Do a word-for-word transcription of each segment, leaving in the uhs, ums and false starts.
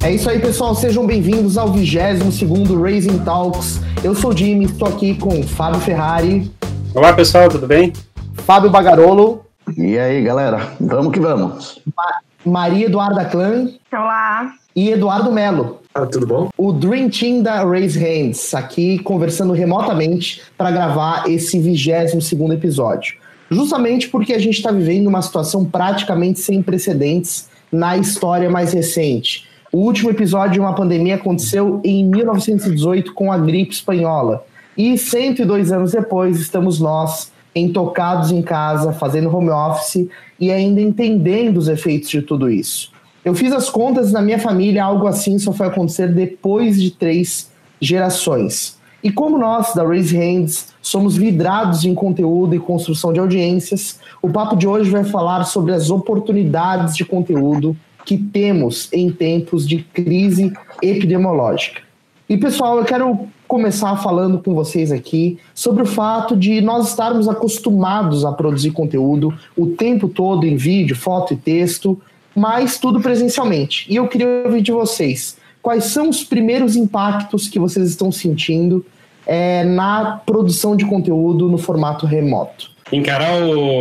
É isso aí, pessoal. Sejam bem-vindos ao vigésimo segundo Raising Talks. Eu sou o Jimmy, estou aqui com Fábio Ferrari. Olá, pessoal, tudo bem? Fábio Bagarolo. E aí, galera? Vamos que vamos. Ma- Maria Eduarda Clã. Olá. E Eduardo Melo. Ah, tudo bom? O Dream Team da Raise Hands, aqui conversando remotamente para gravar esse vigésimo segundo episódio. Justamente porque a gente está vivendo uma situação praticamente sem precedentes na história mais recente. O último episódio de uma pandemia aconteceu em mil novecentos e dezoito com a gripe espanhola. E cento e dois anos depois estamos nós, entocados em casa, fazendo home office e ainda entendendo os efeitos de tudo isso. Eu fiz as contas, na minha família algo assim só foi acontecer depois de três gerações. E como nós, da Raise Hands, somos vidrados em conteúdo e construção de audiências, o papo de hoje vai falar sobre as oportunidades de conteúdo que temos em tempos de crise epidemiológica. E, pessoal, eu quero começar falando com vocês aqui sobre o fato de nós estarmos acostumados a produzir conteúdo o tempo todo em vídeo, foto e texto, mas tudo presencialmente. E eu queria ouvir de vocês, quais são os primeiros impactos que vocês estão sentindo é, na produção de conteúdo no formato remoto? Encarar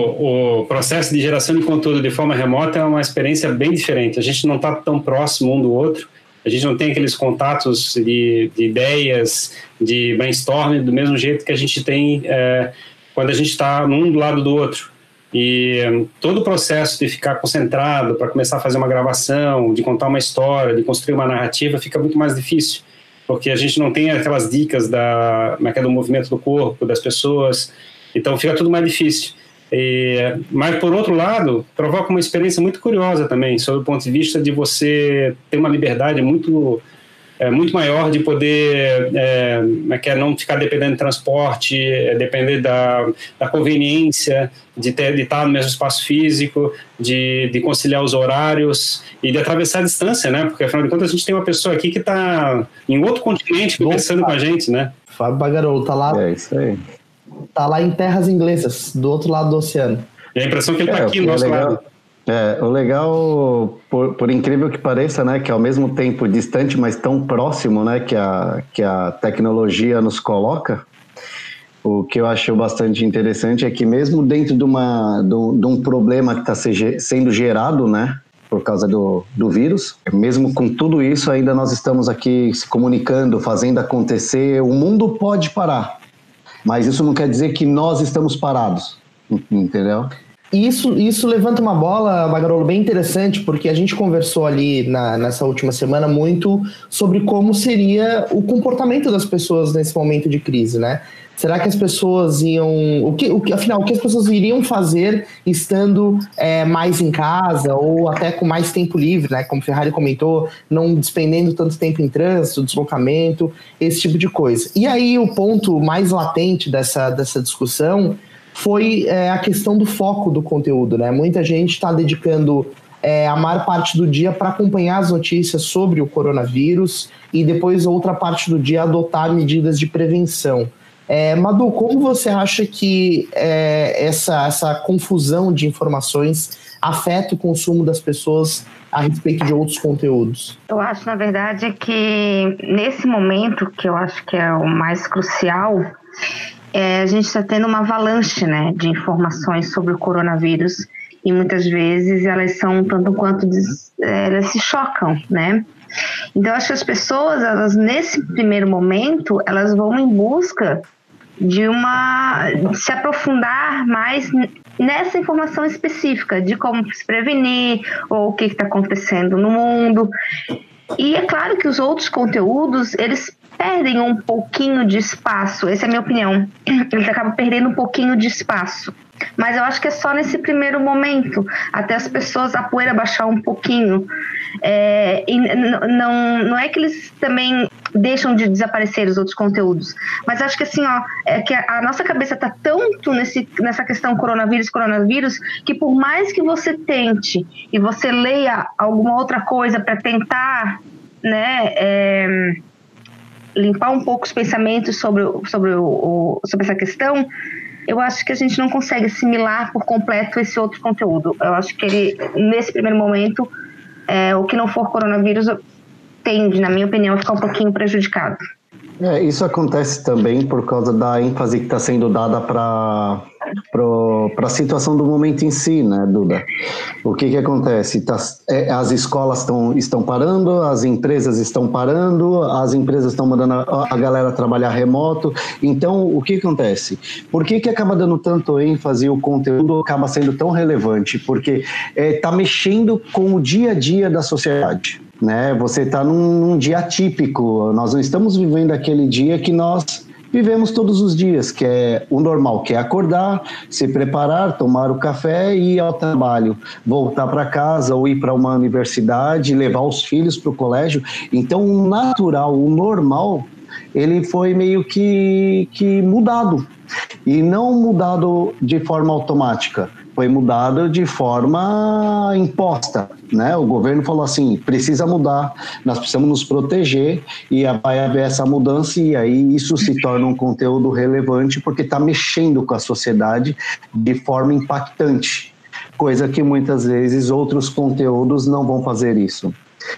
o, o processo de geração de conteúdo de forma remota é uma experiência bem diferente. A gente não está tão próximo um do outro, a gente não tem aqueles contatos de, de ideias, de brainstorming, do mesmo jeito que a gente tem é, quando a gente está num do lado do outro. E um, todo o processo de ficar concentrado para começar a fazer uma gravação, de contar uma história, de construir uma narrativa, fica muito mais difícil, porque a gente não tem aquelas dicas da, como é que é, do movimento do corpo, das pessoas. Então fica tudo mais difícil. E, mas, por outro lado, provoca uma experiência muito curiosa também, sob o ponto de vista de você ter uma liberdade muito, é, muito maior de poder é, é, não ficar dependendo de transporte, é, depender da, da conveniência, de, ter, de estar no mesmo espaço físico, de, de conciliar os horários e de atravessar a distância, né? Porque, afinal de contas, a gente tem uma pessoa aqui que está em outro continente conversando com a gente, né? Fábio Bagarolo, tá lá. É isso aí. Tá lá em terras inglesas, do outro lado do oceano. E a impressão é que ele está É, aqui o do que é nosso legal- lado. É, o legal, por, por incrível que pareça, né, que ao mesmo tempo distante, mas tão próximo, né, que a, que a tecnologia nos coloca, o que eu acho bastante interessante é que mesmo dentro de, uma, do, de um problema que está se, sendo gerado, né, por causa do, do vírus, mesmo com tudo isso, ainda nós estamos aqui se comunicando, fazendo acontecer. O mundo pode parar, mas isso não quer dizer que nós estamos parados, entendeu? Isso, isso levanta uma bola, Bagarolo, bem interessante, porque a gente conversou ali na, nessa última semana muito sobre como seria o comportamento das pessoas nesse momento de crise, né? Será que as pessoas iam... O que, o que, afinal, o que as pessoas iriam fazer estando é, mais em casa ou até com mais tempo livre, né? Como o Ferrari comentou, não despendendo tanto tempo em trânsito, deslocamento, esse tipo de coisa. E aí o ponto mais latente dessa, dessa discussão foi é, a questão do foco do conteúdo, né? Muita gente está dedicando é, a maior parte do dia para acompanhar as notícias sobre o coronavírus e depois outra parte do dia adotar medidas de prevenção. É, Madu, como você acha que é, essa, essa confusão de informações afeta o consumo das pessoas a respeito de outros conteúdos? Eu acho, na verdade, que nesse momento, que eu acho que é o mais crucial, é, a gente está tendo uma avalanche, né, de informações sobre o coronavírus e muitas vezes elas são tanto quanto des, é, elas se chocam, né? Então, eu acho que as pessoas, elas, nesse primeiro momento, elas vão em busca de uma de se aprofundar mais nessa informação específica de como se prevenir ou o que está acontecendo no mundo. E é claro que os outros conteúdos, eles perdem um pouquinho de espaço, essa é a minha opinião, eles acabam perdendo um pouquinho de espaço, mas eu acho que é só nesse primeiro momento, até as pessoas, a poeira baixar um pouquinho, é, e não, não é que eles também deixam de desaparecer os outros conteúdos, mas acho que assim, ó, é que a nossa cabeça tá tanto nesse, nessa questão coronavírus, coronavírus, que por mais que você tente e você leia alguma outra coisa para tentar, né, é, limpar um pouco os pensamentos sobre, sobre, o, sobre essa questão, eu acho que a gente não consegue assimilar por completo esse outro conteúdo. Eu acho que ele, nesse primeiro momento, é, o que não for coronavírus, tende, na minha opinião, a ficar um pouquinho prejudicado. É, isso acontece também por causa da ênfase que está sendo dada para para a situação do momento em si, né, Duda? O que que acontece? Tá, é, as escolas tão, estão parando, as empresas estão parando, as empresas estão mandando a, a galera trabalhar remoto. Então, o que acontece? Por que que acaba dando tanto ênfase e o conteúdo acaba sendo tão relevante? Porque está é, mexendo com o dia a dia da sociedade. Né? Você está num, num dia atípico, nós não estamos vivendo aquele dia que nós vivemos todos os dias, que é o normal, que é acordar, se preparar, tomar o café e ir ao trabalho, voltar para casa ou ir para uma universidade, levar os filhos para o colégio. Então, o natural, o normal, ele foi meio que, que mudado, e não mudado de forma automática. Foi mudado de forma imposta, né? O governo falou assim, precisa mudar, nós precisamos nos proteger e vai haver essa mudança e aí isso se torna um conteúdo relevante porque está mexendo com a sociedade de forma impactante, coisa que muitas vezes outros conteúdos não vão fazer isso.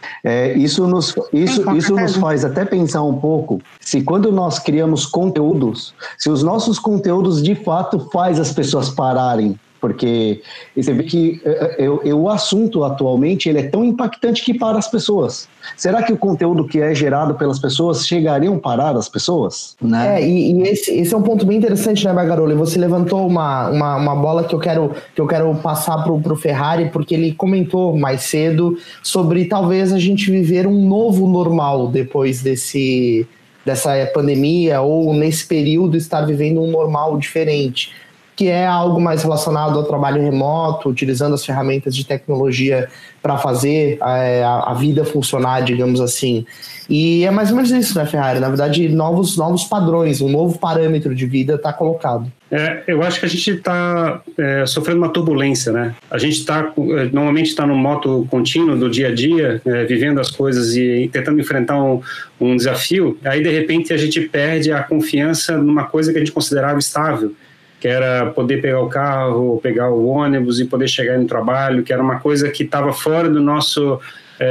É, isso, nos, isso, isso nos faz até pensar um pouco se quando nós criamos conteúdos, se os nossos conteúdos de fato faz as pessoas pararem. Porque você vê que eu, eu, o assunto atualmente ele é tão impactante que para as pessoas. Será que o conteúdo que é gerado pelas pessoas chegariam a parar as pessoas? Né? É, e, e esse, esse é um ponto bem interessante, né, Bagaroli? Você levantou uma, uma, uma bola que eu quero, que eu quero passar para o Ferrari, porque ele comentou mais cedo sobre talvez a gente viver um novo normal depois desse, dessa pandemia ou nesse período estar vivendo um normal diferente, que é algo mais relacionado ao trabalho remoto, utilizando as ferramentas de tecnologia para fazer a, a vida funcionar, digamos assim. E é mais ou menos isso, né, Ferrari? Na verdade, novos, novos padrões, um novo parâmetro de vida está colocado. É, eu acho que a gente está é, sofrendo uma turbulência, né? A gente está, normalmente está no modo contínuo do dia a dia, é, vivendo as coisas e tentando enfrentar um, um desafio, aí de repente a gente perde a confiança numa coisa que a gente considerava estável, que era poder pegar o carro, pegar o ônibus e poder chegar no trabalho, que era uma coisa que estava fora do nosso,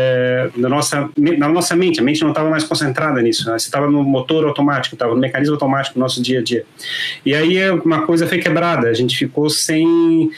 é, da, nossa, da nossa mente. A mente não estava mais concentrada nisso, né? Você estava no motor automático, estava no mecanismo automático do nosso dia a dia. E aí uma coisa foi quebrada, a gente ficou sem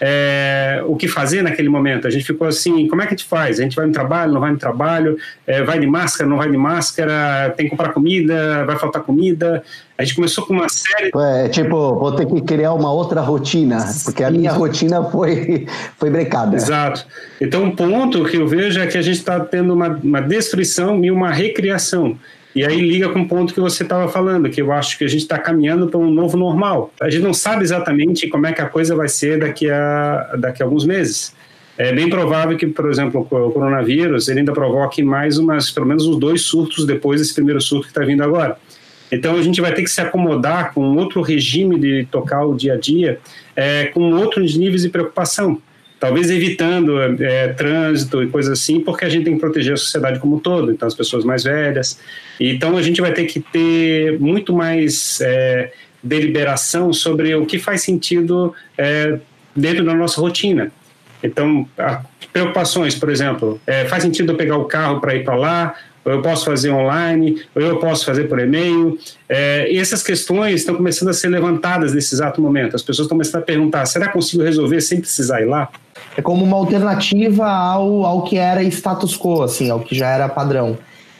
é, o que fazer naquele momento. A gente ficou assim, como é que a gente faz? A gente vai no trabalho, não vai no trabalho, é, vai de máscara, não vai de máscara, tem que comprar comida, vai faltar comida. A gente começou com uma série... É, tipo, vou ter que criar uma outra rotina, porque a minha rotina foi, foi brecada. Exato. Então, um ponto que eu vejo é que a gente está tendo uma, uma destruição e uma recriação. E aí liga com o ponto que você estava falando, que eu acho que a gente está caminhando para um novo normal. A gente não sabe exatamente como é que a coisa vai ser daqui a, daqui a alguns meses. É bem provável que, por exemplo, o coronavírus ele ainda provoque mais umas, pelo menos uns dois surtos depois desse primeiro surto que está vindo agora. Então a gente vai ter que se acomodar com outro regime de tocar o dia a dia, é, com outros níveis de preocupação. Talvez evitando é, trânsito e coisas assim, porque a gente tem que proteger a sociedade como um todo, então as pessoas mais velhas. Então a gente vai ter que ter muito mais é, deliberação sobre o que faz sentido é, dentro da nossa rotina. Então, preocupações, por exemplo, é, faz sentido eu pegar o carro para ir para lá, ou eu posso fazer online, ou eu posso fazer por e-mail. É, e essas questões estão começando a ser levantadas nesse exato momento. As pessoas estão começando a perguntar, será que consigo resolver sem precisar ir lá? É como uma alternativa ao, ao que era status quo, assim, ao que já era padrão.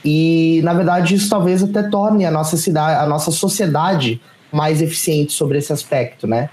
E, na verdade, isso talvez até torne a nossa, cidade, a nossa sociedade mais eficiente sobre esse aspecto, né?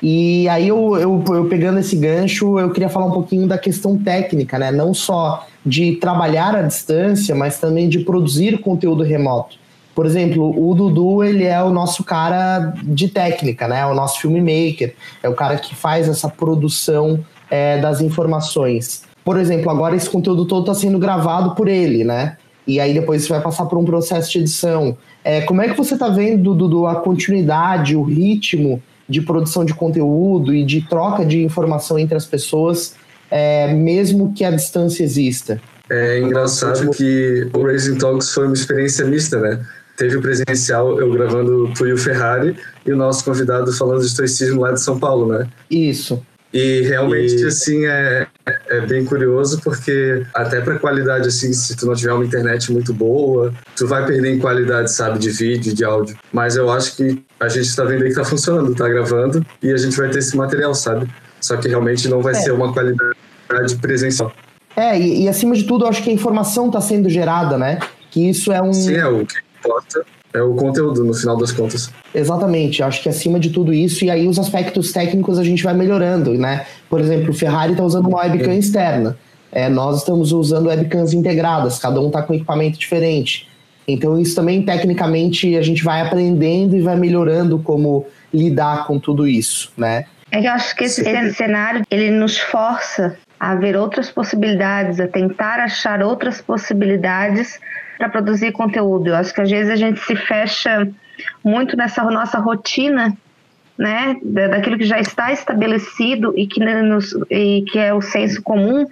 E aí, eu, eu, eu pegando esse gancho, eu queria falar um pouquinho da questão técnica, né? Não só de trabalhar à distância, mas também de produzir conteúdo remoto. Por exemplo, o Dudu, ele é o nosso cara de técnica, né? O nosso filmmaker, é o cara que faz essa produção é, das informações. Por exemplo, agora esse conteúdo todo está sendo gravado por ele, né? E aí depois você vai passar por um processo de edição. É, como é que você está vendo, Dudu, a continuidade, o ritmo de produção de conteúdo e de troca de informação entre as pessoas, é, mesmo que a distância exista? É engraçado que o Racing Talks foi uma experiência mista, né? Teve o presencial, eu gravando pro Will Ferrari, e o nosso convidado falando de estoicismo lá de São Paulo, né? Isso. E realmente, e... assim, é, é bem curioso, porque até para qualidade, assim, se tu não tiver uma internet muito boa, tu vai perder em qualidade, sabe, de vídeo, de áudio. Mas eu acho que a gente está vendo aí que tá funcionando, tá gravando, e a gente vai ter esse material, sabe? Só que realmente não vai é. ser uma qualidade presencial. É, e, e acima de tudo, eu acho que a informação está sendo gerada, né? Que isso é um... Sim, é o que importa. É o conteúdo, no final das contas. Exatamente, acho que acima de tudo isso, e aí os aspectos técnicos a gente vai melhorando, né? Por exemplo, o Ferrari está usando uma webcam é. externa, é, nós estamos usando webcams integradas, cada um está com equipamento diferente. Então isso também, tecnicamente, a gente vai aprendendo e vai melhorando como lidar com tudo isso, né? É que eu acho que esse Sim. cenário, ele nos força a ver outras possibilidades, a tentar achar outras possibilidades para produzir conteúdo. Eu acho que às vezes a gente se fecha muito nessa nossa rotina, né, daquilo que já está estabelecido e que, nos, e que é o senso comum,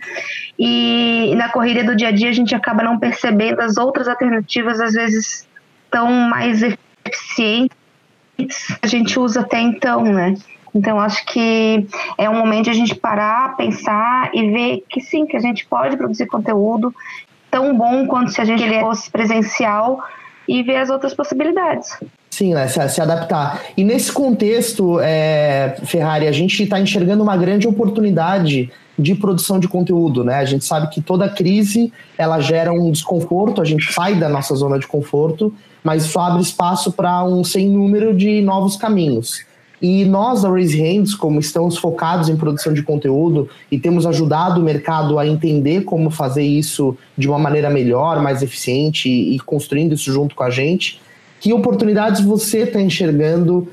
e, e na corrida do dia a dia a gente acaba não percebendo as outras alternativas, às vezes tão mais eficientes que a gente usa até então, né? Então acho que é um momento de a gente parar, pensar e ver que sim, que a gente pode produzir conteúdo tão bom quanto se a gente fosse presencial e ver as outras possibilidades. Sim, né, se, se adaptar. E nesse contexto, é, Ferrari, a gente está enxergando uma grande oportunidade de produção de conteúdo, né? A gente sabe que toda crise, ela gera um desconforto, a gente sai da nossa zona de conforto, mas isso abre espaço para um sem número de novos caminhos. E nós, da Raise Hands, como estamos focados em produção de conteúdo e temos ajudado o mercado a entender como fazer isso de uma maneira melhor, mais eficiente e, e construindo isso junto com a gente, que oportunidades você está enxergando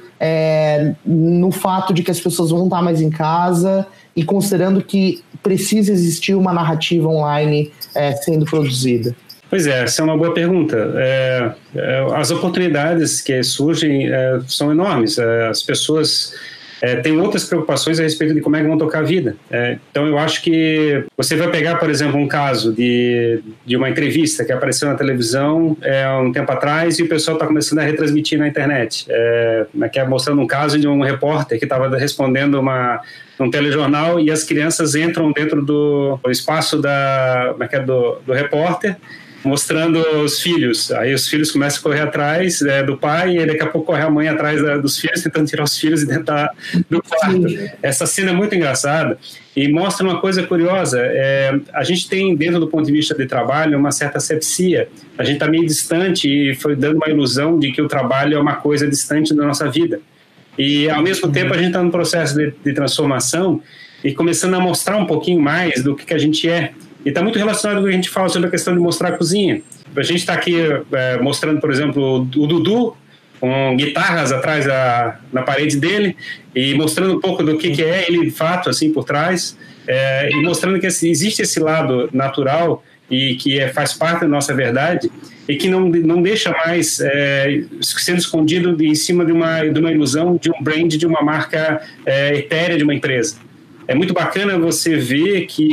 é, no fato de que as pessoas vão estar mais em casa e considerando que precisa existir uma narrativa online é, sendo produzida? Pois é, essa é uma boa pergunta. É, é, as oportunidades que surgem é, são enormes. É, as pessoas é, têm outras preocupações a respeito de como é que vão tocar a vida. É, então, eu acho que você vai pegar, por exemplo, um caso de, de uma entrevista que apareceu na televisão é, um tempo atrás e o pessoal está começando a retransmitir na internet. É, que é mostrando um caso de um repórter que estava respondendo uma... um telejornal e as crianças entram dentro do, do espaço da, do, do repórter, mostrando os filhos. Aí os filhos começam a correr atrás é, do pai e daqui a pouco corre a mãe atrás da, dos filhos, tentando tirar os filhos de dentro da, do quarto. Essa cena é muito engraçada e mostra uma coisa curiosa. É, a gente tem, dentro do ponto de vista de trabalho, uma certa asepsia. A gente está meio distante e foi dando uma ilusão de que o trabalho é uma coisa distante da nossa vida. E, ao mesmo tempo, a gente está no processo de, de transformação e começando a mostrar um pouquinho mais do que, que a gente é. E está muito relacionado com o que a gente fala sobre a questão de mostrar a cozinha. A gente está aqui é, mostrando, por exemplo, o Dudu com guitarras atrás da, na parede dele e mostrando um pouco do que, que é ele, de fato, assim, por trás. É, e mostrando que assim, existe esse lado natural e que é, faz parte da nossa verdade e que não, não deixa mais é, sendo escondido em cima de uma, de uma ilusão, de um brand, de uma marca é, etérea de uma empresa. É muito bacana você ver que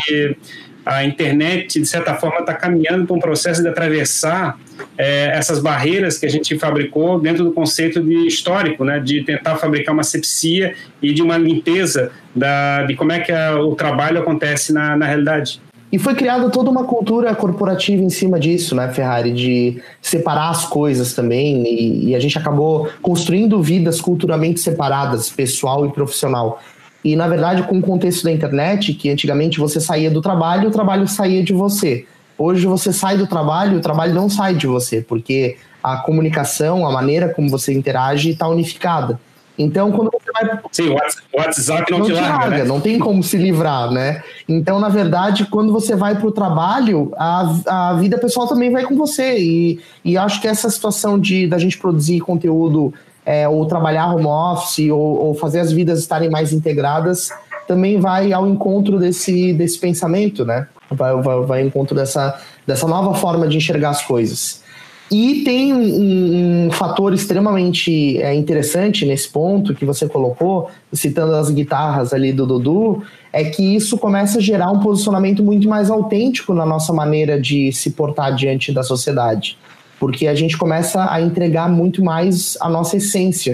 a internet, de certa forma, está caminhando para um processo de atravessar é, essas barreiras que a gente fabricou dentro do conceito de histórico, né, de tentar fabricar uma asepsia e de uma limpeza da, de como é que a, o trabalho acontece na, na realidade. E foi criada toda uma cultura corporativa em cima disso, né, Ferrari, de separar as coisas também, e, e a gente acabou construindo vidas culturalmente separadas, pessoal e profissional. E, na verdade, com o contexto da internet, que antigamente você saía do trabalho e o trabalho saía de você. Hoje você sai do trabalho e o trabalho não sai de você, porque a comunicação, a maneira como você interage está unificada. Então, quando você vai... Sim, o WhatsApp não, não te larga, larga, né? Não tem como se livrar, né? Então, na verdade, quando você vai para o trabalho, a, a vida pessoal também vai com você. E, e acho que essa situação de da gente produzir conteúdo, é, ou trabalhar home office, ou, ou fazer as vidas estarem mais integradas, também vai ao encontro desse, desse pensamento, né? Vai, vai, vai ao encontro dessa, dessa nova forma de enxergar as coisas. E tem um, um fator extremamente é, interessante nesse ponto que você colocou, citando as guitarras ali do Dudu, é que isso começa a gerar um posicionamento muito mais autêntico na nossa maneira de se portar diante da sociedade, porque a gente começa a entregar muito mais a nossa essência.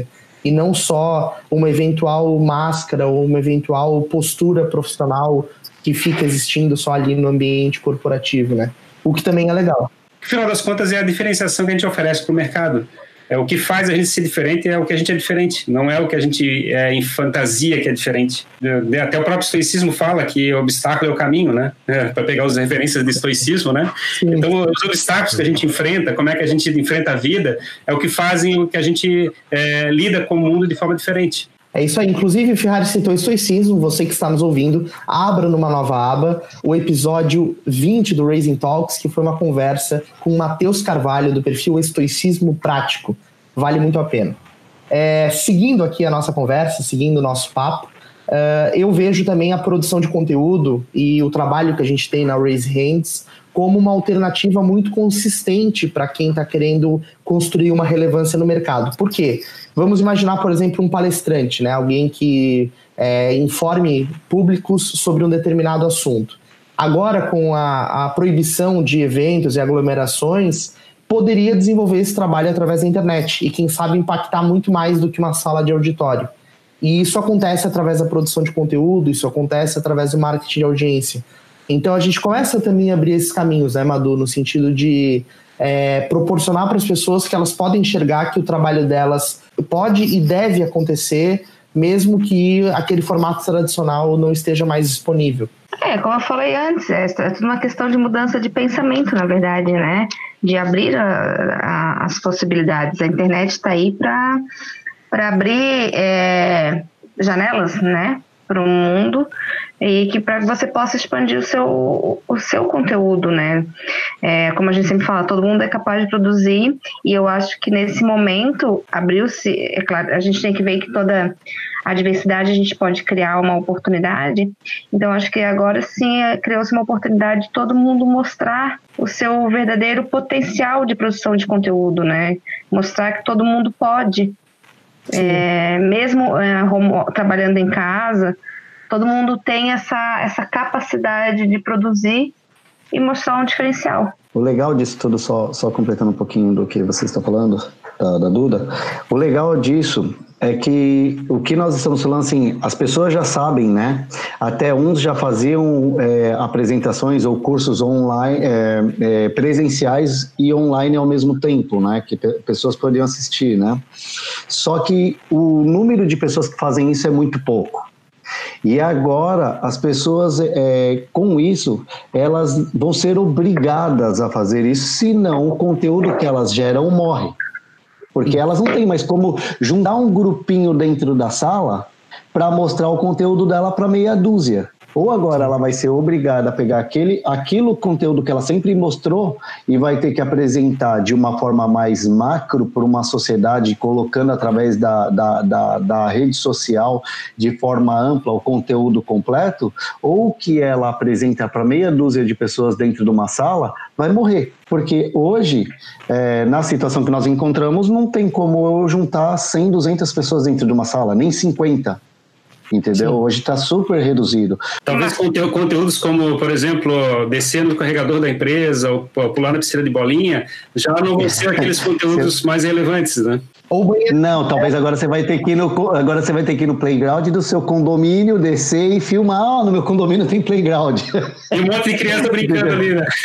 e não só uma eventual máscara ou uma eventual postura profissional que fica existindo só ali no ambiente corporativo, né? O que também é legal. No final das contas, é a diferenciação que a gente oferece para o mercado. É, o que faz a gente ser diferente é o que a gente é diferente, não é o que a gente é em fantasia que é diferente. Até o próprio estoicismo fala que o obstáculo é o caminho, né? É, para pegar as referências de estoicismo, né? Sim. Então, os obstáculos que a gente enfrenta, como é que a gente enfrenta a vida, é o que fazem o que a gente é, lida com o mundo de forma diferente. É isso aí. Inclusive, o Ferrari citou estoicismo. Você que está nos ouvindo, abra numa nova aba o episódio vinte do Raising Talks, que foi uma conversa com o Matheus Carvalho, do perfil Estoicismo Prático. Vale muito a pena. É, seguindo aqui a nossa conversa, seguindo o nosso papo, uh, eu vejo também a produção de conteúdo e o trabalho que a gente tem na Raise Hands como uma alternativa muito consistente para quem está querendo construir uma relevância no mercado. Por quê? Vamos imaginar, por exemplo, um palestrante, né? Alguém que é, informe públicos sobre um determinado assunto. Agora, com a, a proibição de eventos e aglomerações, poderia desenvolver esse trabalho através da internet e, quem sabe, impactar muito mais do que uma sala de auditório. E isso acontece através da produção de conteúdo, isso acontece através do marketing de audiência. Então, a gente começa também a abrir esses caminhos, né, Madu, no sentido de é, proporcionar para as pessoas que elas podem enxergar que o trabalho delas pode e deve acontecer, mesmo que aquele formato tradicional não esteja mais disponível. É, como eu falei antes, é, é tudo uma questão de mudança de pensamento, na verdade, né? De abrir a, a, as possibilidades. A internet está aí para para abrir é, janelas, né, para o mundo, e que para que você possa expandir o seu, o seu conteúdo, né? É, como a gente sempre fala, todo mundo é capaz de produzir, e eu acho que nesse momento abriu-se, é claro, a gente tem que ver que toda a diversidade a gente pode criar uma oportunidade, então acho que agora sim criou-se uma oportunidade de todo mundo mostrar o seu verdadeiro potencial de produção de conteúdo, né? Mostrar que todo mundo pode, é, mesmo é, home, trabalhando em casa, todo mundo tem essa, essa capacidade de produzir e mostrar um diferencial. O legal disso tudo, só, só completando um pouquinho do que você está falando, da, da Duda, o legal disso é que o que nós estamos falando, assim, as pessoas já sabem, né? Até uns já faziam é, apresentações ou cursos online, é, é, presenciais e online ao mesmo tempo, né? Que pe- pessoas podiam assistir, né? Só que o número de pessoas que fazem isso é muito pouco. E agora, as pessoas, é, com isso, elas vão ser obrigadas a fazer isso, senão o conteúdo que elas geram morre. Porque elas não têm mais como juntar um grupinho dentro da sala para mostrar o conteúdo dela para meia dúzia. Ou agora ela vai ser obrigada a pegar aquele, aquilo conteúdo que ela sempre mostrou e vai ter que apresentar de uma forma mais macro para uma sociedade, colocando através da, da, da, da rede social de forma ampla o conteúdo completo, ou que ela apresenta para meia dúzia de pessoas dentro de uma sala, vai morrer. Porque hoje, é, na situação que nós encontramos, não tem como eu juntar cem, duzentas pessoas dentro de uma sala, nem cinquenta. Entendeu? Sim. Hoje está super reduzido. Talvez conteúdos como, por exemplo, descer no carregador da empresa ou pular na piscina de bolinha, já não vão ser aqueles conteúdos mais relevantes, né? Não, talvez agora você vai ter que ir no, agora você vai ter que ir no playground do seu condomínio, descer e filmar. Ah, no meu condomínio tem playground. E um monte de criança brincando ali, né?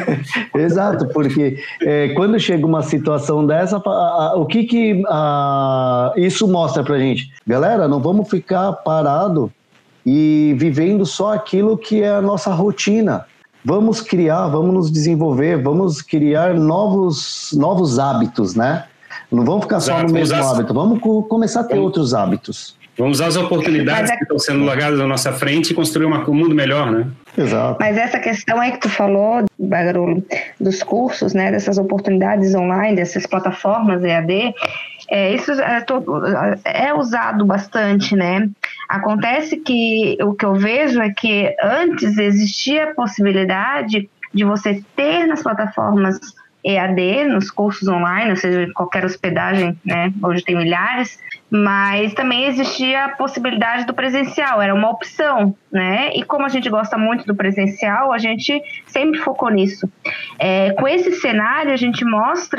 Exato, porque é, quando chega uma situação dessa, a, a, o que que a, isso mostra pra gente? Galera, não vamos ficar parado e vivendo só aquilo que é a nossa rotina. Vamos criar, vamos nos desenvolver, vamos criar novos, novos hábitos, né? Não vamos ficar Exato, só no mesmo usar... hábito, vamos co- começar a ter vamos, outros hábitos. Vamos usar as oportunidades é... que estão sendo largadas na nossa frente e construir uma, um mundo melhor, né? Exato. Mas essa questão aí que tu falou, Bagarolo, dos cursos, né, dessas oportunidades online, dessas plataformas E A D, é, isso é, todo, é usado bastante, né? Acontece que o que eu vejo é que antes existia a possibilidade de você ter nas plataformas E A D, nos cursos online, ou seja, qualquer hospedagem, né? Hoje tem milhares, mas também existia a possibilidade do presencial, era uma opção, né? E como a gente gosta muito do presencial, a gente sempre focou nisso. É, com esse cenário, a gente mostra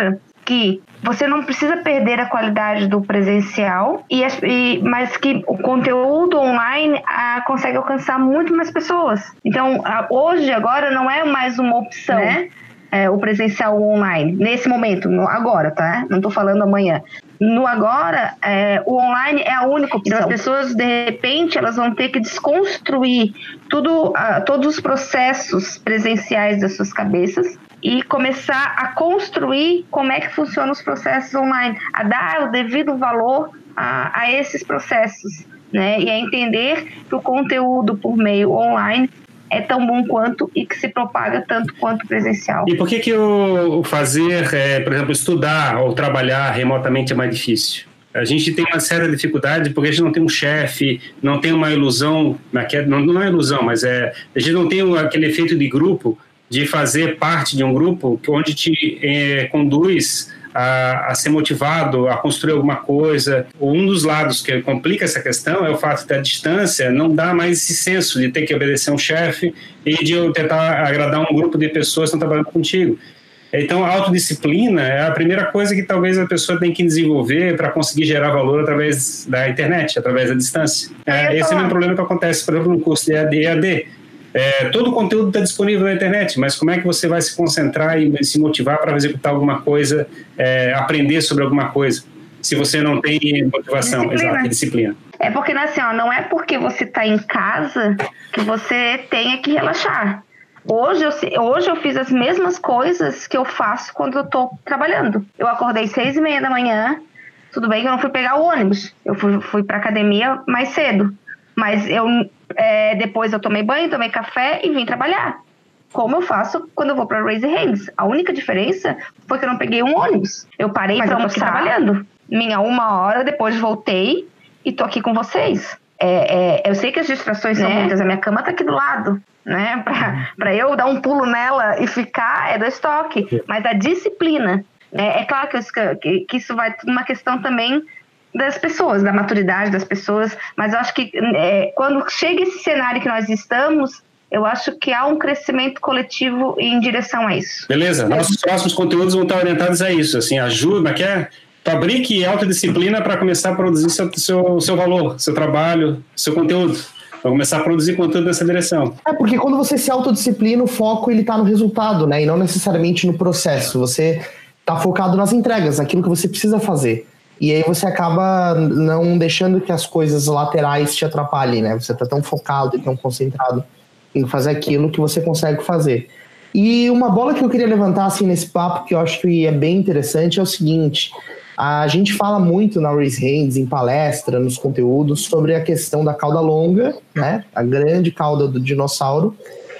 que você não precisa perder a qualidade do presencial, e, e, mas que o conteúdo online ah, consegue alcançar muito mais pessoas. Então, ah, hoje, agora, não é mais uma opção, né? É, o presencial online, nesse momento, no, agora, tá? Não tô falando amanhã. No agora, é, o online é a única opção. Então, as pessoas, de repente, elas vão ter que desconstruir tudo, uh, todos os processos presenciais das suas cabeças e começar a construir como é que funcionam os processos online, a dar o devido valor a, a esses processos, né? E a entender que o conteúdo por meio online é tão bom quanto e que se propaga tanto quanto presencial. E por que que o fazer, é, por exemplo, estudar ou trabalhar remotamente é mais difícil? A gente tem uma certa dificuldade porque a gente não tem um chefe, não tem uma ilusão, não, não é ilusão, mas é, a gente não tem aquele efeito de grupo, de fazer parte de um grupo onde te é, conduz A, a ser motivado a construir alguma coisa. Um dos lados que complica essa questão é o fato da distância não dá mais esse senso de ter que obedecer um chefe e de tentar agradar um grupo de pessoas que estão trabalhando contigo. Então, a autodisciplina é a primeira coisa que talvez a pessoa tem que desenvolver para conseguir gerar valor através da internet, através da distância. É, esse é o mesmo problema que acontece, por exemplo, no curso de E A D. É, todo o conteúdo está disponível na internet, mas como é que você vai se concentrar e se motivar para executar alguma coisa, é, aprender sobre alguma coisa, se você não tem motivação, disciplina. Exato, disciplina. É porque, assim, ó, não é porque você está em casa que você tenha que relaxar. Hoje eu, hoje eu fiz as mesmas coisas que eu faço quando eu estou trabalhando. Eu acordei seis e meia da manhã, tudo bem que eu não fui pegar o ônibus, eu fui, fui para a academia mais cedo, mas eu... É, depois eu tomei banho, tomei café e vim trabalhar, como eu faço quando eu vou para Raise Hands. A única diferença foi que eu não peguei um ônibus. Eu parei para almoçar trabalhando. Minha uma hora, depois voltei e tô aqui com vocês. É, é, eu sei que as distrações são né? muitas. A minha cama tá aqui do lado, né? Para eu dar um pulo nela e ficar é do estoque. Mas a disciplina, né? É claro que, que, que isso vai tudo uma questão também das pessoas, da maturidade das pessoas, mas eu acho que é, quando chega esse cenário que nós estamos, eu acho que há um crescimento coletivo em direção a isso. Beleza, nossos próximos conteúdos vão estar orientados a isso, assim, ajuda, quer fabrique autodisciplina para começar a produzir seu, seu, seu valor, seu trabalho, seu conteúdo. Vai começar a produzir conteúdo nessa direção. É, porque quando você se autodisciplina, o foco ele tá no resultado, né, e não necessariamente no processo. Você tá focado nas entregas, naquilo que você precisa fazer. E aí você acaba não deixando que as coisas laterais te atrapalhem, né? Você tá tão focado e tão concentrado em fazer aquilo que você consegue fazer. E uma bola que eu queria levantar assim, nesse papo, que eu acho que é bem interessante, é o seguinte: a gente fala muito na Raise Hands, em palestra, nos conteúdos, sobre a questão da cauda longa, né? A grande cauda do dinossauro,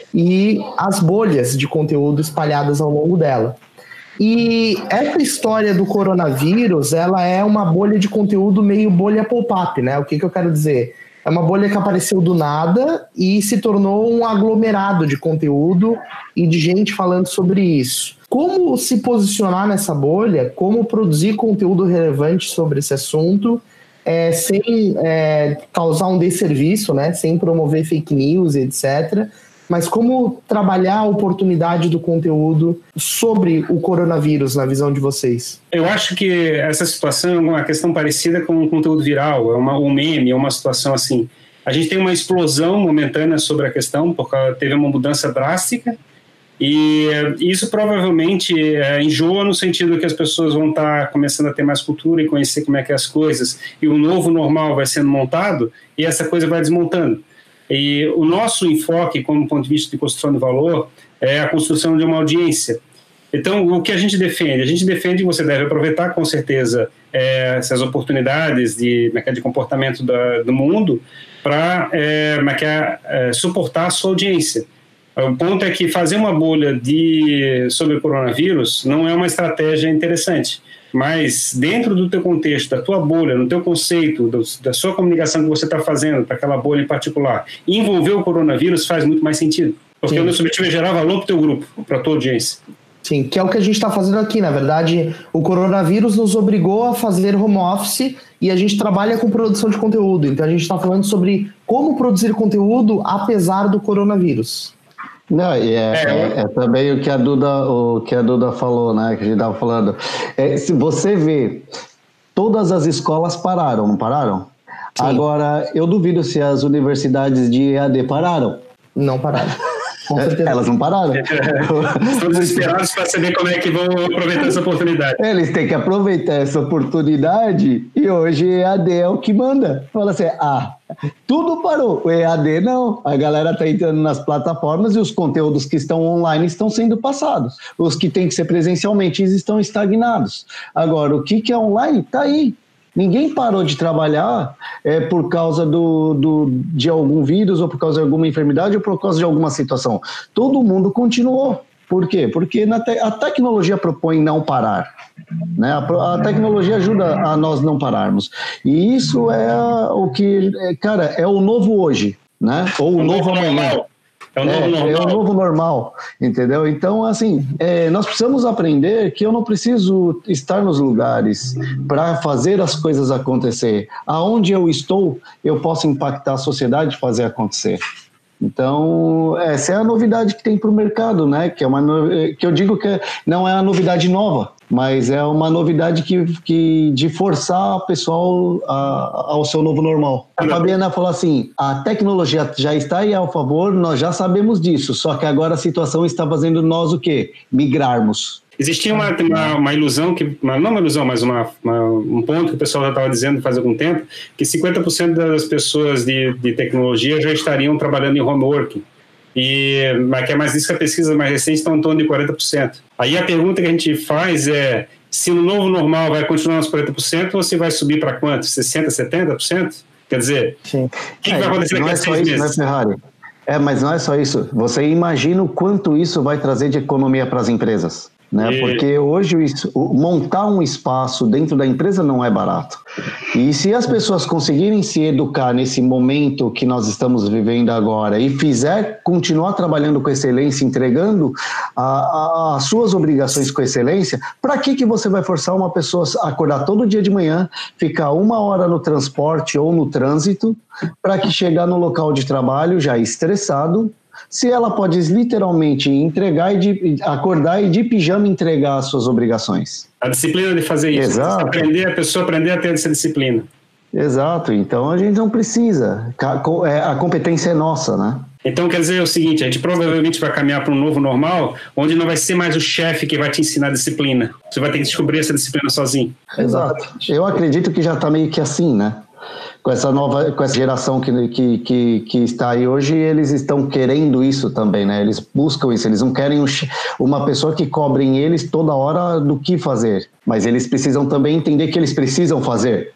e as bolhas de conteúdo espalhadas ao longo dela. E essa história do coronavírus, ela é uma bolha de conteúdo meio bolha pop-up, né? O que, que eu quero dizer? É uma bolha que apareceu do nada e se tornou um aglomerado de conteúdo e de gente falando sobre isso. Como se posicionar nessa bolha, como produzir conteúdo relevante sobre esse assunto, é, sem é, causar um desserviço, né? Sem promover fake news, etcétera, mas como trabalhar a oportunidade do conteúdo sobre o coronavírus, na visão de vocês? Eu acho que essa situação é uma questão parecida com o conteúdo viral, é uma, um meme, é uma situação assim. A gente tem uma explosão momentânea sobre a questão, porque teve uma mudança drástica, e isso provavelmente é, enjoa no sentido que as pessoas vão estar começando a ter mais cultura e conhecer como é que é as coisas, e o novo normal vai sendo montado, e essa coisa vai desmontando. E o nosso enfoque, como ponto de vista de construção de valor, é a construção de uma audiência. Então, o que a gente defende? A gente defende que você deve aproveitar, com certeza, é, essas oportunidades de, de comportamento da, do mundo para é, é, suportar a sua audiência. O ponto é que fazer uma bolha de, sobre o coronavírus não é uma estratégia interessante. Mas dentro do teu contexto, da tua bolha, no teu conceito, do, da sua comunicação que você está fazendo para aquela bolha em particular, envolver o coronavírus faz muito mais sentido. Porque Sim. o nosso objetivo é gerar valor para o teu grupo, para a tua audiência. Sim, que é o que a gente está fazendo aqui. Na verdade, o coronavírus nos obrigou a fazer home office e a gente trabalha com produção de conteúdo. Então a gente está falando sobre como produzir conteúdo apesar do coronavírus. Não, e é, é, é também o que a Duda, o que a Duda falou, né? Que a gente estava falando. É, se você vê, todas as escolas pararam, não pararam? Sim. Agora, eu duvido se as universidades de E A D pararam. Não pararam. Com certeza. Elas não pararam. Estão desesperados para saber como é que vão aproveitar essa oportunidade. Eles têm que aproveitar essa oportunidade e hoje o E A D é o que manda. Fala assim, ah, tudo parou. O E A D não. A galera está entrando nas plataformas e os conteúdos que estão online estão sendo passados. Os que têm que ser presencialmente estão estagnados. Agora, o que, que é online? Está aí. Ninguém parou de trabalhar é, por causa do, do, de algum vírus, ou por causa de alguma enfermidade, ou por causa de alguma situação. Todo mundo continuou. Por quê? Porque na te- a tecnologia propõe não parar. Né? A, a tecnologia ajuda a nós não pararmos. E isso é o que, é, cara, é o novo hoje, né? Ou o novo amanhã. É o novo é, normal. É o novo normal, entendeu? Então, assim, é, nós precisamos aprender que eu não preciso estar nos lugares para fazer as coisas acontecer. Aonde eu estou, eu posso impactar a sociedade e fazer acontecer. Então, essa é a novidade que tem para o mercado, né? Que, é uma no... que eu digo que não é uma novidade nova, mas é uma novidade que, que de forçar o pessoal a, ao seu novo normal. A Fabiana falou assim, a tecnologia já está aí ao favor, nós já sabemos disso, só que agora a situação está fazendo nós o quê? Migrarmos. Existia uma, uma, uma ilusão, que, uma, não uma ilusão, mas uma, uma, um ponto que o pessoal já estava dizendo faz algum tempo, que cinquenta por cento das pessoas de, de tecnologia já estariam trabalhando em home working. E, mas que é mais isso que a pesquisa mais recente está em torno de quarenta por cento. Aí a pergunta que a gente faz é, se no novo normal vai continuar nos quarenta por cento ou se vai subir para quanto? sessenta por cento, setenta por cento? Quer dizer, sim. O que, é, que vai acontecer daqui a seis meses? Não é Ferrari. É, mas não é só isso. Você imagina o quanto isso vai trazer de economia para as empresas. Né? E... Porque hoje isso, montar um espaço dentro da empresa não é barato. E se as pessoas conseguirem se educar nesse momento que nós estamos vivendo agora e fizer continuar trabalhando com excelência, entregando a, a, as suas obrigações com excelência, para que, que você vai forçar uma pessoa a acordar todo dia de manhã, ficar uma hora no transporte ou no trânsito, para que chegar no local de trabalho já estressado, se ela pode literalmente entregar e de, acordar e de pijama entregar as suas obrigações. A disciplina de fazer isso. Exato. Aprender, a pessoa aprender a ter essa disciplina. Exato. Então a gente não precisa. A competência é nossa, né? Então quer dizer o seguinte, a gente provavelmente vai caminhar para um novo normal, onde não vai ser mais o chefe que vai te ensinar a disciplina. Você vai ter que descobrir essa disciplina sozinho. Exato. Eu acredito que já está meio que assim, né? Com essa nova, com essa geração que, que, que, que está aí hoje, eles estão querendo isso também, né? Eles buscam isso, eles não querem um, uma pessoa que cobre em eles toda hora do que fazer, mas eles precisam também entender que eles precisam fazer.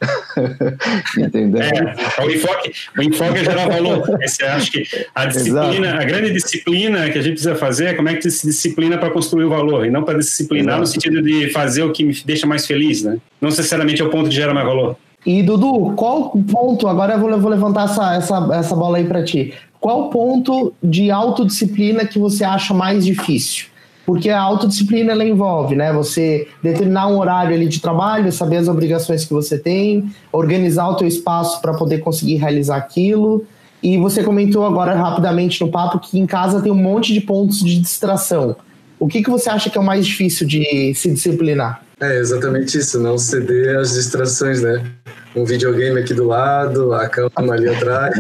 Entendeu? É, o enfoque, o enfoque é gerar valor. Esse, acho que a disciplina, Exato. A grande disciplina que a gente precisa fazer é como é que se disciplina para construir o valor, e não para disciplinar Exato. No sentido de fazer o que me deixa mais feliz, né? Não necessariamente é o ponto que gera mais valor. E, Dudu, qual ponto, agora eu vou, eu vou levantar essa, essa, essa bola aí para ti, qual ponto de autodisciplina que você acha mais difícil? Porque a autodisciplina, ela envolve, né, você determinar um horário ali de trabalho, saber as obrigações que você tem, organizar o teu espaço para poder conseguir realizar aquilo, e você comentou agora rapidamente no papo que em casa tem um monte de pontos de distração. O que, que você acha que é o mais difícil de se disciplinar? É exatamente isso, não ceder às distrações, né? Um videogame aqui do lado, a cama ali atrás.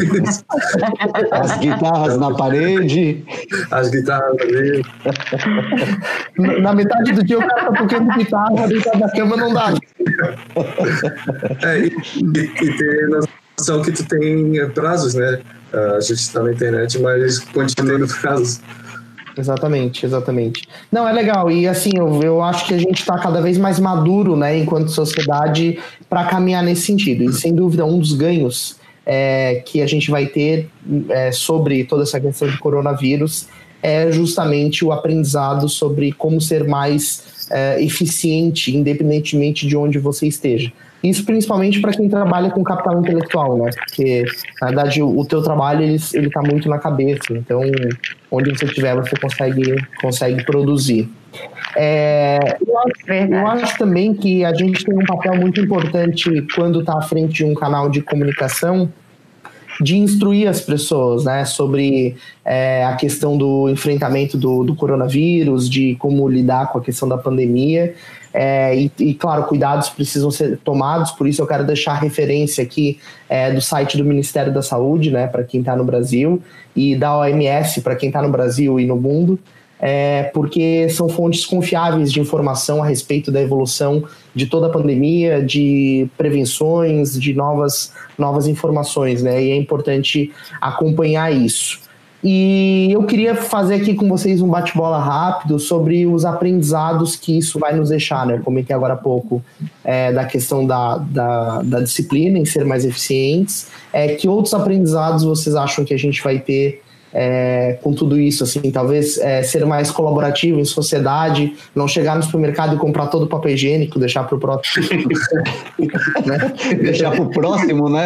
As guitarras na parede. As guitarras ali. Na metade do dia o cara tá tocando guitarra, dentro da cama não dá. É, e, e, e ter noção que tu tem prazos, né? A gente está na internet, mas continua no prazos. Exatamente, exatamente. Não, é legal, e assim, eu, eu acho que a gente está cada vez mais maduro, né, enquanto sociedade, para caminhar nesse sentido, e sem dúvida um dos ganhos é, que a gente vai ter é, sobre toda essa questão do coronavírus é justamente o aprendizado sobre como ser mais é, eficiente, independentemente de onde você esteja. Isso principalmente para quem trabalha com capital intelectual, né? Porque, na verdade, o, o teu trabalho, ele, ele tá muito na cabeça. Então, onde você estiver, você consegue, consegue produzir. É, eu, acho, eu acho também que a gente tem um papel muito importante quando está à frente de um canal de comunicação, de instruir as pessoas, né, sobre é, a questão do enfrentamento do, do coronavírus, de como lidar com a questão da pandemia. É, e, e, claro, cuidados precisam ser tomados, por isso eu quero deixar a referência aqui é, do site do Ministério da Saúde, né, para quem está no Brasil, e da O M S para quem está no Brasil e no mundo, é, porque são fontes confiáveis de informação a respeito da evolução de toda a pandemia, de prevenções, de novas, novas informações, né, e é importante acompanhar isso. E eu queria fazer aqui com vocês um bate-bola rápido sobre os aprendizados que isso vai nos deixar, né? Eu comentei agora há pouco é, da questão da, da, da disciplina em ser mais eficientes. É, que outros aprendizados vocês acham que a gente vai ter é, com tudo isso? Assim, talvez é, ser mais colaborativo em sociedade, não chegar no supermercado e comprar todo o papel higiênico, deixar para o próximo. né? Deixar para o próximo, né?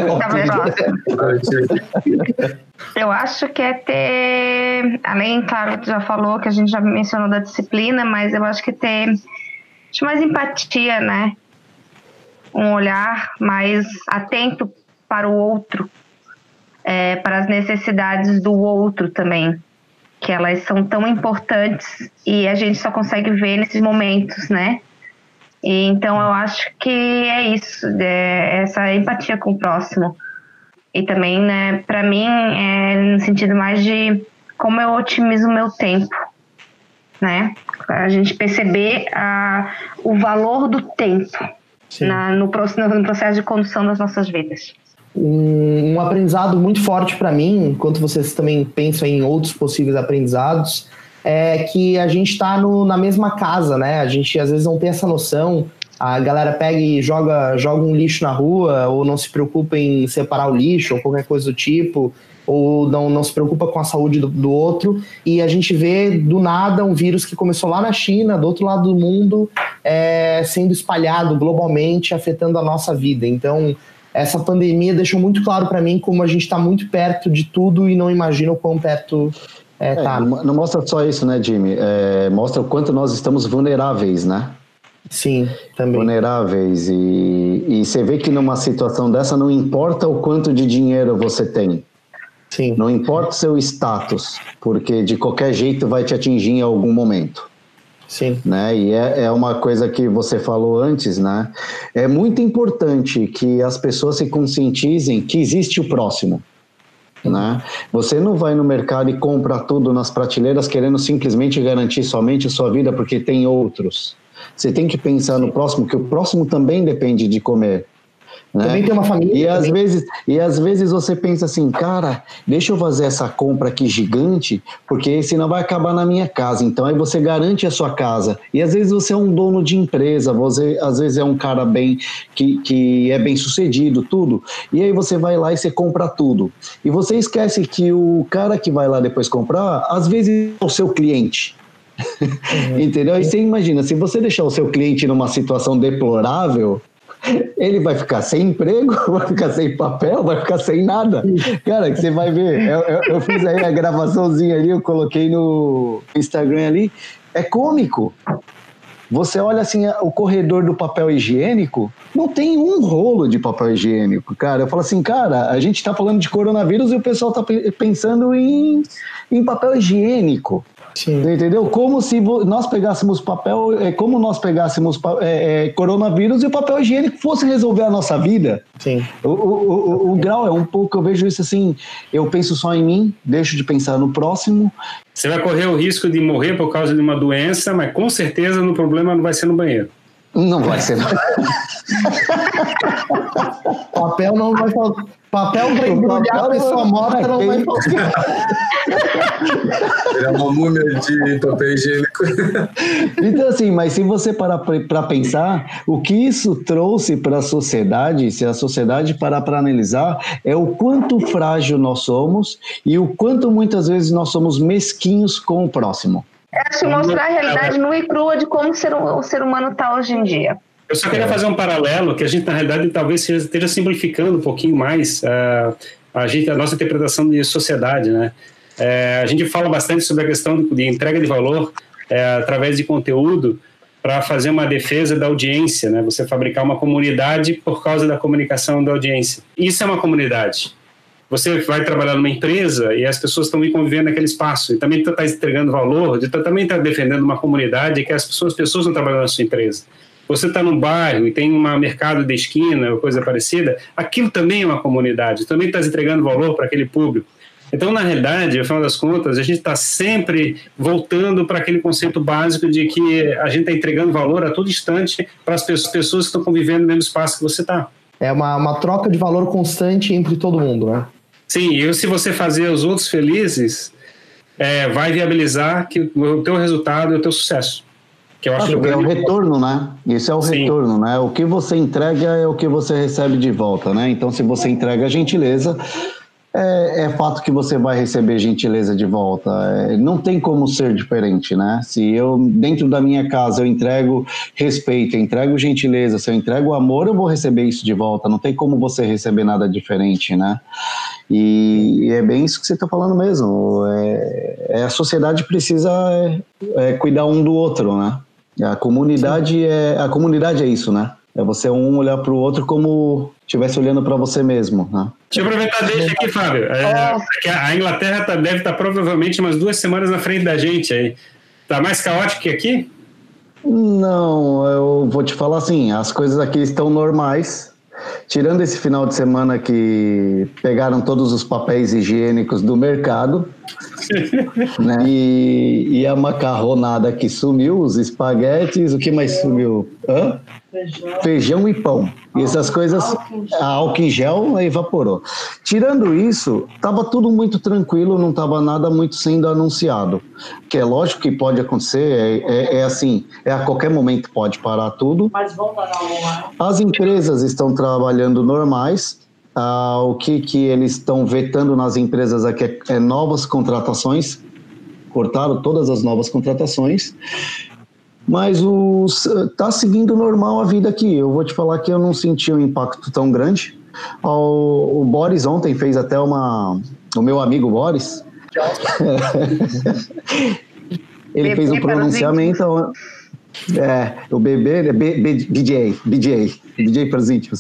Eu acho que é ter, além, claro, tu já falou que a gente já mencionou da disciplina, mas eu acho que ter acho mais empatia, né? Um olhar mais atento para o outro, é, para as necessidades do outro também, que elas são tão importantes e a gente só consegue ver nesses momentos, né? E, então eu acho que é isso, é essa empatia com o próximo. E também, né, para mim, é no sentido mais de como eu otimizo o meu tempo, né? A gente perceber a, o valor do tempo na, no, no processo de condução das nossas vidas. Um, um aprendizado muito forte para mim, enquanto vocês também pensam em outros possíveis aprendizados, é que a gente está na mesma casa, né? A gente às vezes não tem essa noção. A galera pega e joga, joga um lixo na rua, ou não se preocupa em separar o lixo, ou qualquer coisa do tipo, ou não, não se preocupa com a saúde do, do outro, e a gente vê do nada um vírus que começou lá na China, do outro lado do mundo, é, sendo espalhado globalmente, afetando a nossa vida. Então, essa pandemia deixou muito claro para mim como a gente está muito perto de tudo e não imagina o quão perto é, tá. É, não, não mostra só isso, né, Jimmy? É, mostra o quanto nós estamos vulneráveis, né? Sim, também. Vulneráveis. E, e você vê que numa situação dessa não importa o quanto de dinheiro você tem. Sim. Não importa o seu status, porque de qualquer jeito vai te atingir em algum momento. Sim. Né? E é, é uma coisa que você falou antes, né? É muito importante que as pessoas se conscientizem que existe o próximo. Né? Você não vai no mercado e compra tudo nas prateleiras querendo simplesmente garantir somente a sua vida porque tem outros. Você tem que pensar no próximo, que o próximo também depende de comer. Né? Também tem uma família. E às, vezes, e às vezes você pensa assim, cara, deixa eu fazer essa compra aqui gigante, porque senão vai acabar na minha casa. Então aí você garante a sua casa. E às vezes você é um dono de empresa, você às vezes é um cara bem, que, que é bem sucedido, tudo. E aí você vai lá e você compra tudo. E você esquece que o cara que vai lá depois comprar, às vezes é o seu cliente. Uhum. Entendeu? Aí você imagina, se você deixar o seu cliente numa situação deplorável, ele vai ficar sem emprego, vai ficar sem papel, vai ficar sem nada. Cara, que você vai ver, eu, eu, eu fiz aí a gravaçãozinha ali, eu coloquei no Instagram ali, é cômico. Você olha assim, o corredor do papel higiênico, não tem um rolo de papel higiênico, cara. Eu falo assim, cara, a gente tá falando de coronavírus e o pessoal tá pensando em, em papel higiênico. Sim. Entendeu? Como se nós pegássemos papel, é como nós pegássemos é, é, coronavírus e o papel higiênico fosse resolver a nossa vida. Sim. O, o, o, o grau é um pouco, eu vejo isso assim, eu penso só em mim, deixo de pensar no próximo. Você vai correr o risco de morrer por causa de uma doença, mas com certeza o problema não vai ser no banheiro. Não vai ser. Papel não vai faltar. Papel para embrulhar a pessoa morta não vai faltar. Ele é uma múmia de papel higiênico. Então, assim, mas se você parar para pensar, o que isso trouxe para a sociedade, se a sociedade parar para analisar, é o quanto frágil nós somos e o quanto muitas vezes nós somos mesquinhos com o próximo. Acho mostrar a realidade nua e crua de como o ser, o ser humano está hoje em dia. Eu só queria fazer um paralelo, que a gente, na realidade, talvez esteja simplificando um pouquinho mais uh, a, gente, a nossa interpretação de sociedade, né? É, a gente fala bastante sobre a questão de, de entrega de valor é, através de conteúdo para fazer uma defesa da audiência, né? Você fabricar uma comunidade por causa da comunicação da audiência. Isso é uma comunidade. você vai trabalhar numa empresa e as pessoas estão convivendo naquele espaço e também está entregando valor, de, também está defendendo uma comunidade que as pessoas, as pessoas não trabalham na sua empresa. Você está num bairro e tem um mercado de esquina ou coisa parecida, aquilo também é uma comunidade, também está entregando valor para aquele público. Então, na realidade, no final das contas, a gente está sempre voltando para aquele conceito básico de que a gente está entregando valor a todo instante para as pessoas que estão convivendo no mesmo espaço que você está. É uma, uma troca de valor constante entre todo mundo, né? Sim, e se você fazer os outros felizes, é, vai viabilizar que o teu resultado é o teu sucesso. Que eu acho ah, que é o retorno, né? Isso é o Sim. retorno, né? O que você entrega é o que você recebe de volta, né? Então, se você entrega gentileza, é, é fato que você vai receber gentileza de volta. É, não tem como ser diferente, né? Se eu, dentro da minha casa, eu entrego respeito, eu entrego gentileza, se eu entrego amor, eu vou receber isso de volta. Não tem como você receber nada diferente, né? E, e é bem isso que você está falando mesmo. É, é, a sociedade precisa é, é, cuidar um do outro, né? A comunidade é, a comunidade é isso, né? É você um olhar para o outro como estivesse olhando para você mesmo, né? Deixa eu aproveitar deixa aqui, Fábio. É, a Inglaterra tá, deve estar tá provavelmente umas duas semanas na frente da gente aí. Tá mais caótico que aqui? Não, eu vou te falar assim, as coisas aqui estão normais. Tirando esse final de semana que pegaram todos os papéis higiênicos do mercado, né? e, e a macarronada que sumiu, os espaguetes, o que mais sumiu? Hã? Feijão. Feijão e pão. E essas coisas, a álcool em gel evaporou. Tirando isso, estava tudo muito tranquilo, não estava nada muito sendo anunciado. Que é lógico que pode acontecer, é, é, é assim, é a qualquer momento pode parar tudo. Mas vão parar uma. As empresas estão trabalhando normais. Ah, o que, que eles estão vetando nas empresas aqui é, é novas contratações. Cortaram todas as novas contratações. Mas está seguindo normal a vida aqui. Eu vou te falar que eu não senti um impacto tão grande. O, o Boris ontem fez até uma... O meu amigo Boris... ele fez um pronunciamento... É, o bebê... B, B, B J, B J, B J para os íntimos.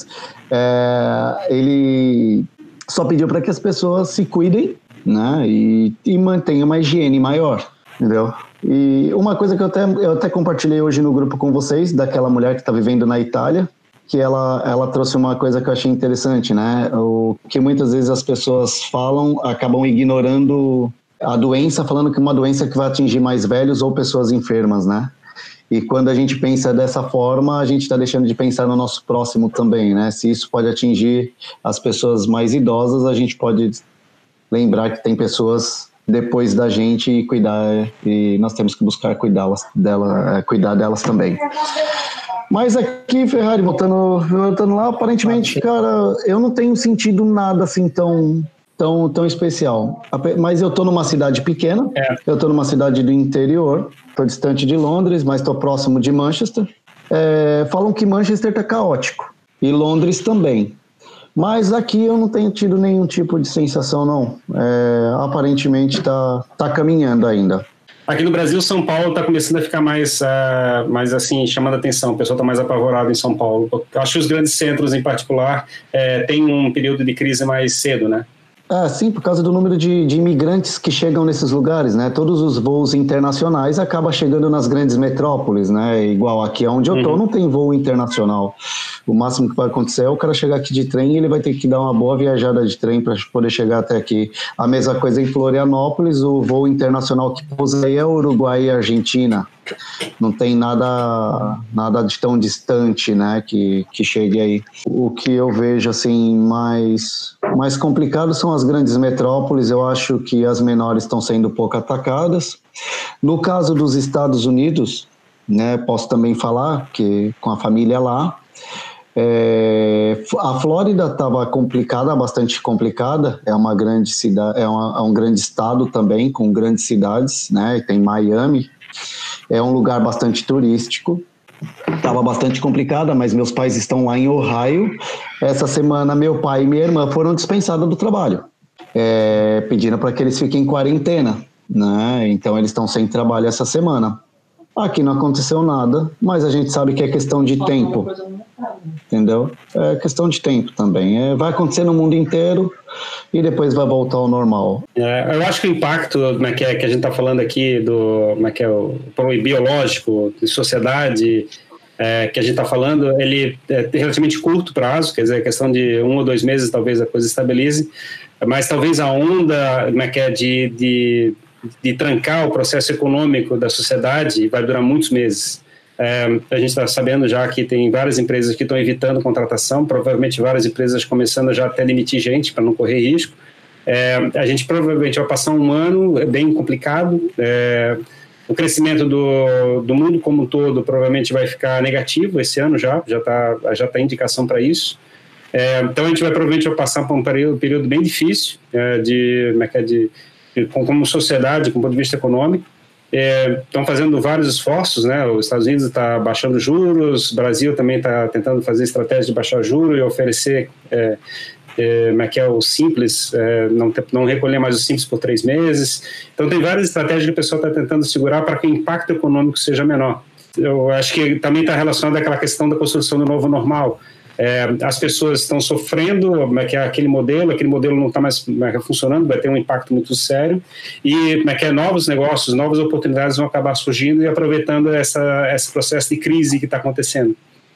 É, ele só pediu para que as pessoas se cuidem, né? E, e mantenham uma higiene maior, entendeu? E uma coisa que eu até, eu até compartilhei hoje no grupo com vocês, daquela mulher que está vivendo na Itália, que ela, ela trouxe uma coisa que eu achei interessante, né? O que muitas vezes as pessoas falam, acabam ignorando a doença, falando que uma doença que vai atingir mais velhos ou pessoas enfermas, né? E quando a gente pensa dessa forma, a gente está deixando de pensar no nosso próximo também, né? Se isso pode atingir as pessoas mais idosas, a gente pode lembrar que tem pessoas depois da gente e cuidar, e nós temos que buscar cuidá-las, dela, cuidar delas também. Mas aqui, Ferrari, voltando, voltando lá, aparentemente, cara, eu não tenho sentido nada assim tão, tão, tão especial. Mas eu tô numa cidade pequena, é. eu tô numa cidade do interior, tô distante de Londres, mas tô próximo de Manchester. É, falam que Manchester tá caótico, e Londres também. Mas aqui eu não tenho tido nenhum tipo de sensação, não. É, aparentemente está tá caminhando ainda. Aqui no Brasil, São Paulo está começando a ficar mais, uh, mais assim, chamando a atenção. O pessoal está mais apavorado em São Paulo. Eu acho que os grandes centros, em particular, é, têm um período de crise mais cedo, né? Ah, sim, por causa do número de, de imigrantes que chegam nesses lugares, né? Todos os voos internacionais acabam chegando nas grandes metrópoles, né? Igual aqui onde eu tô, uhum. não tem voo internacional. O máximo que vai acontecer é o cara chegar aqui de trem e ele vai ter que dar uma boa viajada de trem para poder chegar até aqui. A mesma coisa em Florianópolis, o voo internacional que pousa aí é Uruguai e Argentina. Não tem nada, nada de tão distante, né, que, que chegue aí. O que eu vejo assim mais, mais complicado são as grandes metrópoles. Eu acho que as menores estão sendo pouco atacadas. No caso dos Estados Unidos, né, posso também falar que com a família lá, é, a Flórida estava complicada, bastante complicada. É uma grande cidade, é, uma, é um grande estado também com grandes cidades, né? Tem Miami. É um lugar bastante turístico. Estava bastante complicada, mas meus pais estão lá em Ohio. Essa semana, meu pai e minha irmã foram dispensados do trabalho, é, pedindo para que eles fiquem em quarentena, né? Então, eles estão sem trabalho essa semana. Aqui não aconteceu nada, mas a gente sabe que é questão de tempo, entendeu? É questão de tempo também. É, vai acontecer no mundo inteiro e depois vai voltar ao normal. É, eu acho que o impacto, como é que, é, que a gente está falando aqui do, como é que é, o biológico, de sociedade, é, que a gente está falando, ele é relativamente curto prazo, quer dizer, questão de um ou dois meses talvez a coisa estabilize, mas talvez a onda, como é que é, de, de de trancar o processo econômico da sociedade vai durar muitos meses. É, a gente está sabendo já que tem várias empresas que estão evitando contratação, provavelmente várias empresas começando já até demitir gente para não correr risco. É, a gente provavelmente vai passar um ano bem complicado. É, o crescimento do, do mundo como um todo provavelmente vai ficar negativo esse ano já, já está já tá indicação para isso. É, então a gente vai provavelmente vai passar por um período, período bem difícil é, de, de como sociedade, com o ponto de vista econômico. É, estão fazendo vários esforços, né? Os Estados Unidos está baixando juros, o Brasil também está tentando fazer estratégia de baixar juros e oferecer é, é, que é o simples, é, não, não recolher mais o simples por três meses. Então tem várias estratégias que o pessoal está tentando segurar para que o impacto econômico seja menor. Eu acho que também está relacionado àquela questão da construção do novo normal. É, as pessoas estão sofrendo, como é que é aquele modelo, aquele modelo não está mais é, funcionando, vai ter um impacto muito sério, e como é que é, novos negócios, novas oportunidades vão acabar surgindo e aproveitando essa, esse processo de crise que está acontecendo.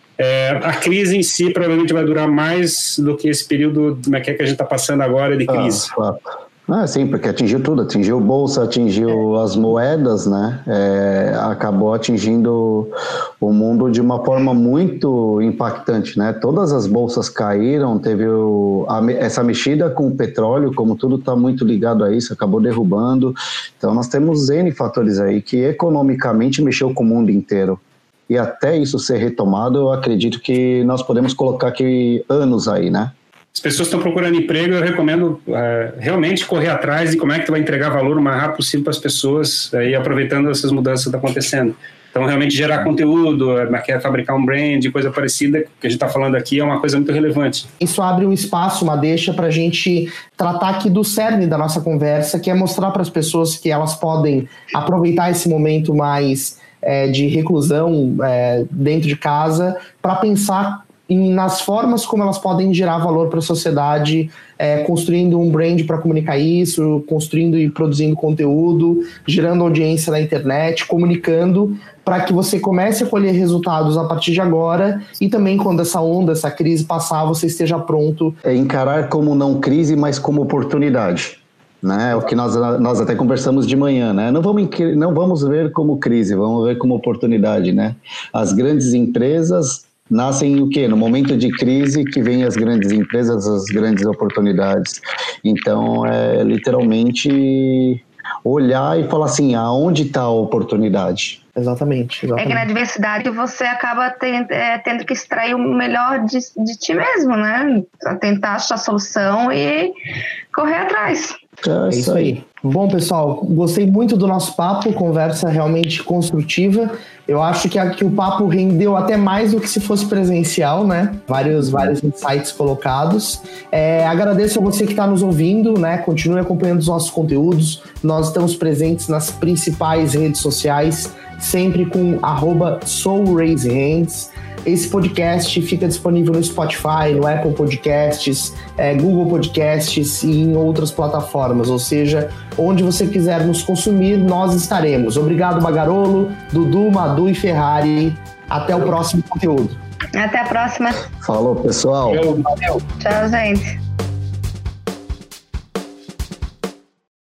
É, a crise em si provavelmente vai durar mais do que esse período como é que, é que a gente está passando agora de crise. Ah, claro. Ah, sim, porque atingiu tudo, atingiu bolsa, atingiu é. as moedas, né? É, acabou atingindo o mundo de uma forma muito impactante, né? Todas as bolsas caíram, teve o, a, essa mexida com o petróleo, como tudo está muito ligado a isso, acabou derrubando. Então nós temos N fatores aí que economicamente mexeu com o mundo inteiro. E até isso ser retomado, eu acredito que nós podemos colocar aqui anos aí, né? As pessoas estão procurando emprego, eu recomendo uh, realmente correr atrás de como é que tu vai entregar valor o mais rápido possível para as pessoas uh, e aproveitando essas mudanças que estão acontecendo. Então, realmente gerar conteúdo, uh, quer fabricar um brand, coisa parecida, que a gente está falando aqui, é uma coisa muito relevante. Isso abre um espaço, uma deixa para a gente tratar aqui do cerne da nossa conversa, que é mostrar para as pessoas que elas podem aproveitar esse momento mais é, de reclusão é, dentro de casa para pensar nas formas como elas podem gerar valor para a sociedade, é, construindo um brand para comunicar isso, construindo e produzindo conteúdo, gerando audiência na internet, comunicando para que você comece a colher resultados a partir de agora e também quando essa onda, essa crise passar, você esteja pronto. É encarar como não crise, mas como oportunidade. Né? O que nós, nós até conversamos de manhã, né? Não vamos, não vamos ver como crise, vamos ver como oportunidade, né? As grandes empresas nascem o quê? No momento de crise que vem as grandes empresas, as grandes oportunidades. Então, é literalmente olhar e falar assim, aonde está a oportunidade? Exatamente, exatamente. É que na diversidade você acaba tendo, é, tendo que extrair o melhor de, de ti mesmo, né? Tentar achar a solução e correr atrás. É isso aí. Bom, pessoal, gostei muito do nosso papo, conversa realmente construtiva. Eu acho que aqui o papo rendeu até mais do que se fosse presencial, né? Vários, vários insights colocados. É, agradeço a você que está nos ouvindo, né? Continue acompanhando os nossos conteúdos. Nós estamos presentes nas principais redes sociais, sempre com arroba soulraisehands. Esse podcast fica disponível no Spotify, no Apple Podcasts, é, Google Podcasts e em outras plataformas, ou seja, onde você quiser nos consumir, nós estaremos. Obrigado, Bagarolo, Dudu, Madu e Ferrari. Até o próximo conteúdo. Até a próxima. Falou, pessoal. Valeu. Tchau, gente.